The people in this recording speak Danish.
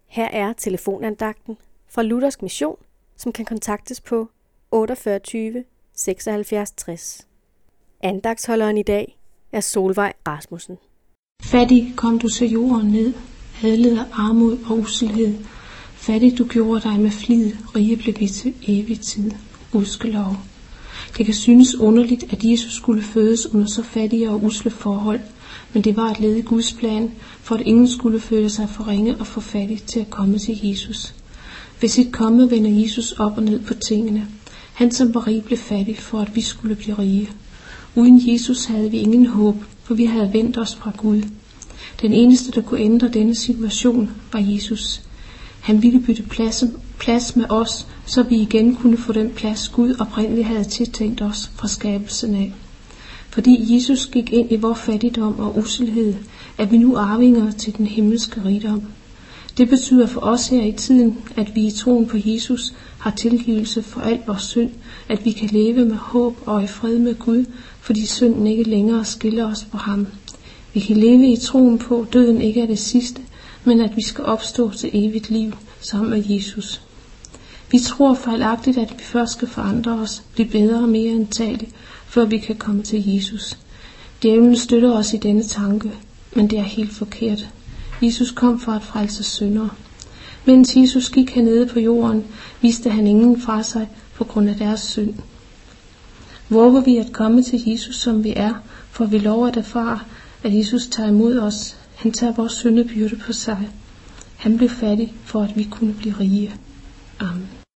Her er telefonandagten fra Luthersk Mission, som kan kontaktes på 48 76 60. Andagtsholderen i dag er Solvej Rasmussen. Fattig kom du til jorden ned, adlet af armod og uselhed. Fattig du gjorde dig med flid, rige blev vi til evig tid. Gudskelov. Det kan synes underligt, at Jesus skulle fødes under så fattige og usle forhold, men det var et led i Guds plan, for at ingen skulle føle sig for ringe og for fattig til at komme til Jesus. Ved sit komme vender Jesus op og ned på tingene. Han som var rig blev fattig, for at vi skulle blive rige. Uden Jesus havde vi ingen håb, for vi havde vendt os fra Gud. Den eneste, der kunne ændre denne situation, var Jesus. Han ville bytte plads med os, så vi igen kunne få den plads, Gud oprindeligt havde tiltænkt os fra skabelsen af. Fordi Jesus gik ind i vor fattigdom og uselhed, er vi nu arvinger til den himmelske rigdom. Det betyder for os her i tiden, at vi i troen på Jesus har tilgivelse for al vores synd, at vi kan leve med håb og i fred med Gud, fordi synden ikke længere skiller os fra ham. Vi kan leve i troen på, at døden ikke er det sidste, men at vi skal opstå til evigt liv sammen med Jesus. Vi tror fejlagtigt, at vi først skal forandre os, blive bedre og mere indtagelige, før vi kan komme til Jesus. Djævlen støtter os i denne tanke, men det er helt forkert. Jesus kom for at frelse syndere. Mens Jesus gik hernede på jorden, viste han ingen fra sig på grund af deres synd. Våger vi at komme til Jesus, som vi er, for vi lov at erfare, at Jesus tager imod os. Han tager vores syndebyrde på sig. Han blev fattig, for at vi kunne blive rige. Amen.